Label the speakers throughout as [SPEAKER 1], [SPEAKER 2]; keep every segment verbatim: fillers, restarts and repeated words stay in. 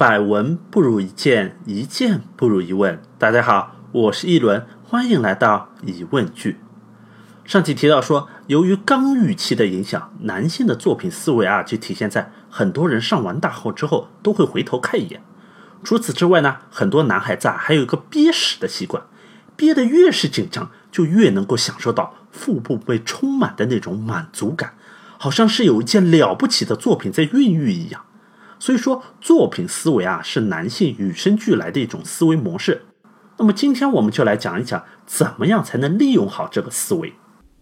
[SPEAKER 1] 百闻不如一见，一见不如一问。大家好，我是一轮，欢迎来到疑问句。上期提到说，由于刚预期的影响，男性的作品思维啊，就体现在很多人上完大号之后都会回头看一眼。除此之外呢，很多男孩子啊还有一个憋屎的习惯，憋得越是紧张，就越能够享受到腹部被充满的那种满足感，好像是有一件了不起的作品在孕育一样。所以说作品思维啊，是男性与生俱来的一种思维模式。那么今天我们就来讲一讲，怎么样才能利用好这个思维。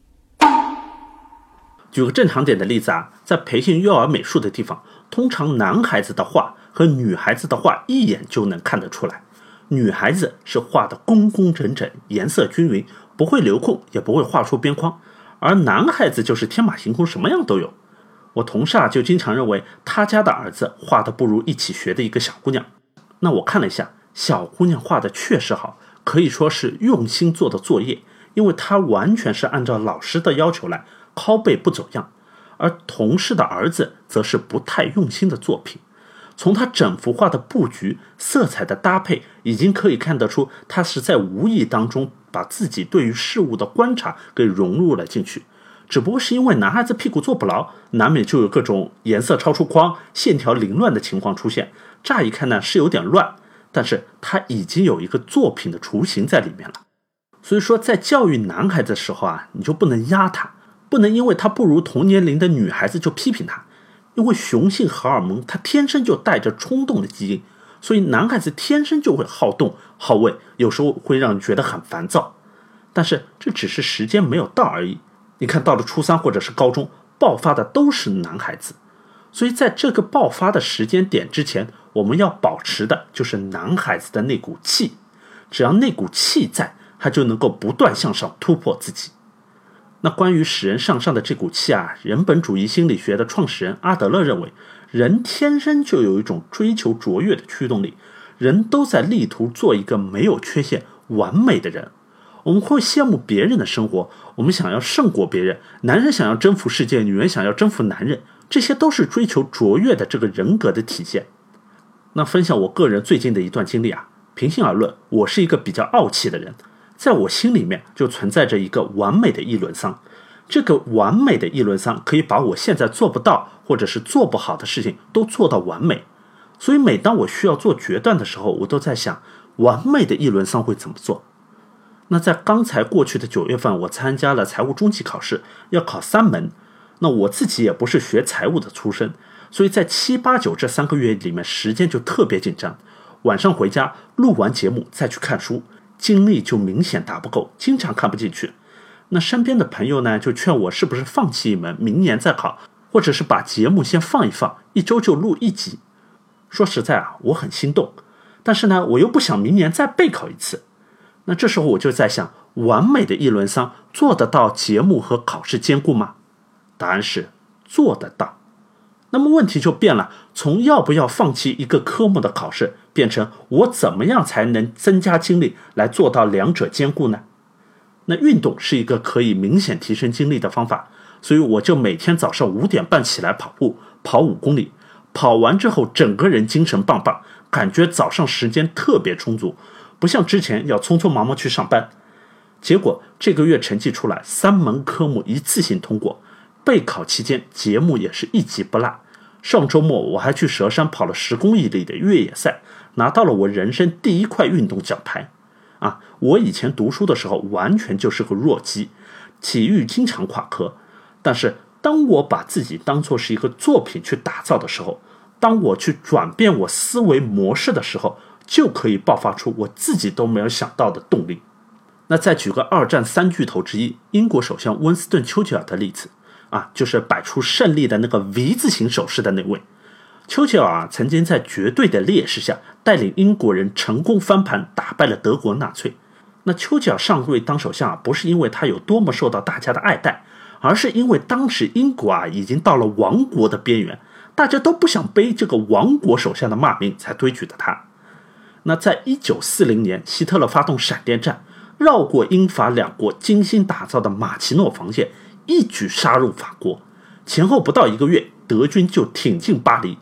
[SPEAKER 1] 举个正常点的例子啊，在培训幼儿美术的地方，通常男孩子的画和女孩子的画一眼就能看得出来。女孩子是画的工工整整，颜色均匀，不会留空，也不会画出边框，而男孩子就是天马行空，什么样都有。我同事啊就经常认为他家的儿子画的不如一起学的一个小姑娘。那我看了一下，小姑娘画的确实好，可以说是用心做的作业，因为她完全是按照老师的要求来，拷贝不走样。而同事的儿子则是不太用心的作品，从他整幅画的布局、色彩的搭配，已经可以看得出他是在无意当中把自己对于事物的观察给融入了进去。只不过是因为男孩子屁股坐不牢，难免就有各种颜色超出框、线条凌乱的情况出现。乍一看呢是有点乱，但是他已经有一个作品的雏形在里面了。所以说在教育男孩子的时候啊，你就不能压他，不能因为他不如同年龄的女孩子就批评他。因为雄性荷尔蒙它天生就带着冲动的基因，所以男孩子天生就会好动好问，有时候会让人觉得很烦躁。但是这只是时间没有到而已。你看到了初三或者是高中，爆发的都是男孩子，所以在这个爆发的时间点之前，我们要保持的就是男孩子的那股气。只要那股气在，他就能够不断向上突破自己。那关于使人向上的这股气啊，人本主义心理学的创始人阿德勒认为，人天生就有一种追求卓越的驱动力，人都在力图做一个没有缺陷、完美的人。我们会羡慕别人的生活，我们想要胜过别人，男人想要征服世界，女人想要征服男人，这些都是追求卓越的这个人格的体现。那分享我个人最近的一段经历啊，平心而论，我是一个比较傲气的人，在我心里面就存在着一个完美的议论桑。这个完美的议论桑可以把我现在做不到或者是做不好的事情都做到完美。所以每当我需要做决断的时候，我都在想，完美的议论桑会怎么做。那在刚才过去的九月份，我参加了财务中级考试，要考三门。那我自己也不是学财务的出身，所以在七八九这三个月里面，时间就特别紧张。晚上回家录完节目再去看书，精力就明显打不够，经常看不进去。那身边的朋友呢，就劝我是不是放弃一门，明年再考，或者是把节目先放一放，一周就录一集。说实在啊，我很心动，但是呢，我又不想明年再备考一次。那这时候我就在想，完美的议论桑做得到节目和考试兼顾吗？答案是做得到。那么问题就变了，从要不要放弃一个科目的考试，变成我怎么样才能增加精力来做到两者兼顾呢？那运动是一个可以明显提升精力的方法，所以我就每天早上五点半起来跑步，跑五公里，跑完之后整个人精神棒棒，感觉早上时间特别充足，不像之前要匆匆忙忙去上班。结果这个月成绩出来，三门科目一次性通过，备考期间节目也是一集不落。上周末我还去佘山跑了十公里的越野赛，拿到了我人生第一块运动奖牌。啊，我以前读书的时候完全就是个弱鸡，体育经常垮科。但是当我把自己当作是一个作品去打造的时候，当我去转变我思维模式的时候，就可以爆发出我自己都没有想到的动力。那再举个二战三巨头之一英国首相温斯顿·丘吉尔的例子啊，就是摆出胜利的那个 V 字形手势的那位。丘吉尔啊，曾经在绝对的劣势下带领英国人成功翻盘，打败了德国纳粹。那丘吉尔上位当首相啊，不是因为他有多么受到大家的爱戴，而是因为当时英国啊已经到了亡国的边缘，大家都不想背这个亡国首相的骂名，才推举的他。那在一九四零年，希特勒发动闪电战，绕过英法两国精心打造的马奇诺防线，一举杀入法国。前后不到一个月，德军就挺进巴黎，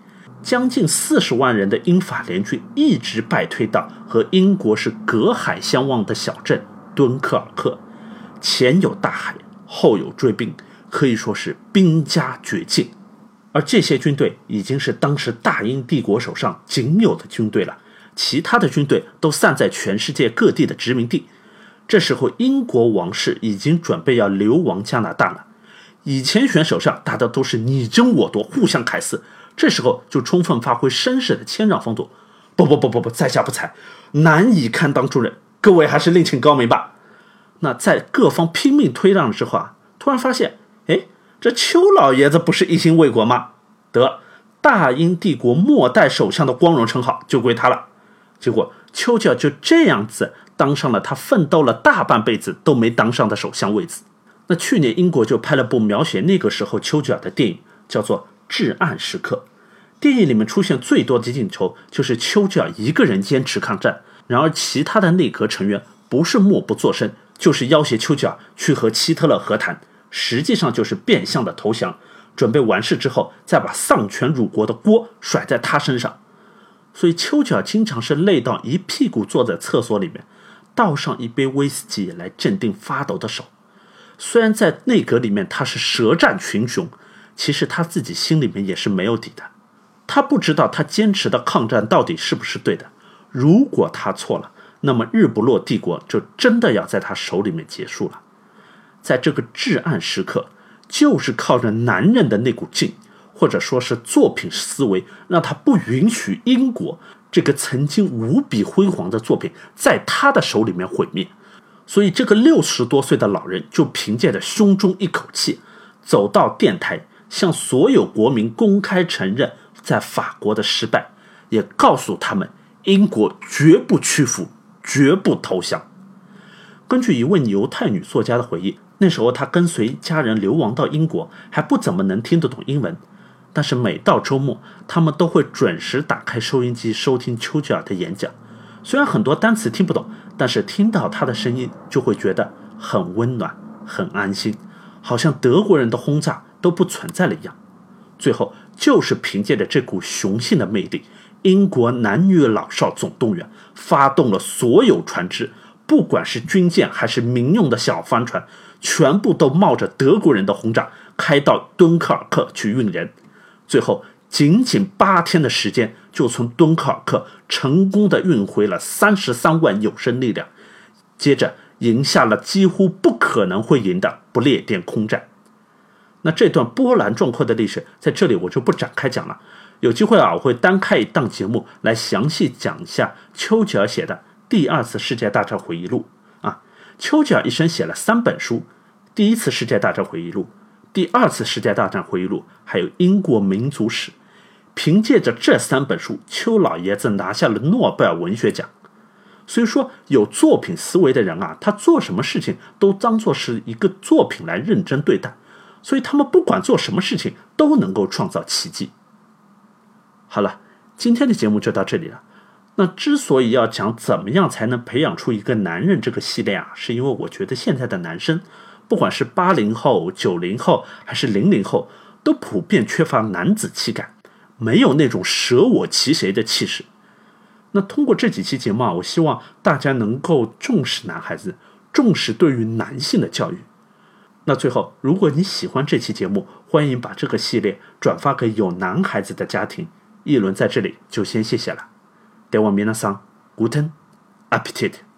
[SPEAKER 1] 将近四十万人的英法联军一直败退到和英国是隔海相望的小镇敦刻尔克，前有大海，后有追兵，可以说是兵家绝境。而这些军队已经是当时大英帝国手上仅有的军队了，其他的军队都散在全世界各地的殖民地。这时候英国王室已经准备要流亡加拿大了。以前选首相大家都是你争我夺，互相砍死，这时候就充分发挥绅士的谦让风度。不不不不不，在下不才，难以堪当主人，各位还是另请高明吧。那在各方拼命推让之后啊，突然发现，哎，这邱老爷子不是一心为国吗？得，大英帝国末代首相的光荣称号就归他了。结果丘吉尔就这样子当上了他奋斗了大半辈子都没当上的首相位子。那去年英国就拍了部描写那个时候丘吉尔的电影，叫做《至暗时刻》。电影里面出现最多的镜头就是丘吉尔一个人坚持抗战，然而其他的内阁成员不是默不作声，就是要挟丘吉尔去和希特勒和谈，实际上就是变相的投降，准备完事之后再把丧权辱国的锅甩在他身上。所以丘吉尔经常是累到一屁股坐在厕所里面，倒上一杯威士忌来镇定发抖的手。虽然在内阁里面他是舌战群雄，其实他自己心里面也是没有底的。他不知道他坚持的抗战到底是不是对的，如果他错了，那么日不落帝国就真的要在他手里面结束了。在这个至暗时刻，就是靠着男人的那股劲，或者说是作品思维，让他不允许英国这个曾经无比辉煌的作品在他的手里面毁灭。所以这个六十多岁的老人就凭借着胸中一口气，走到电台，向所有国民公开承认在法国的失败，也告诉他们英国绝不屈服，绝不投降。根据一位犹太女作家的回忆，那时候她跟随家人流亡到英国，还不怎么能听得懂英文，但是每到周末他们都会准时打开收音机收听丘吉尔的演讲。虽然很多单词听不懂，但是听到他的声音就会觉得很温暖，很安心，好像德国人的轰炸都不存在了一样。最后就是凭借着这股雄性的魅力，英国男女老少总动员，发动了所有船只，不管是军舰还是民用的小帆船，全部都冒着德国人的轰炸开到敦刻尔克去运人。最后仅仅八天的时间，就从敦刻尔克成功的运回了三十三万有生力量，接着赢下了几乎不可能会赢的不列颠空战。那这段波澜壮阔的历史在这里我就不展开讲了，有机会啊，我会单开一档节目来详细讲一下丘吉尔写的第二次世界大战回忆录啊。丘吉尔一生写了三本书，第一次世界大战回忆录、第二次世界大战回忆录，还有英国民族史。凭借着这三本书，丘老爷子拿下了诺贝尔文学奖。所以说有作品思维的人啊，他做什么事情都当作是一个作品来认真对待，所以他们不管做什么事情都能够创造奇迹。好了，今天的节目就到这里了。那之所以要讲怎么样才能培养出一个男人这个系列啊，是因为我觉得现在的男生，不管是八零后、九零后还是零零后，都普遍缺乏男子气概，没有那种舍我其谁的气势。那通过这几期节目啊，我希望大家能够重视男孩子，重视对于男性的教育。那最后，如果你喜欢这期节目，欢迎把这个系列转发给有男孩子的家庭。一轮在这里就先谢谢了。では皆さん、guten Appetit。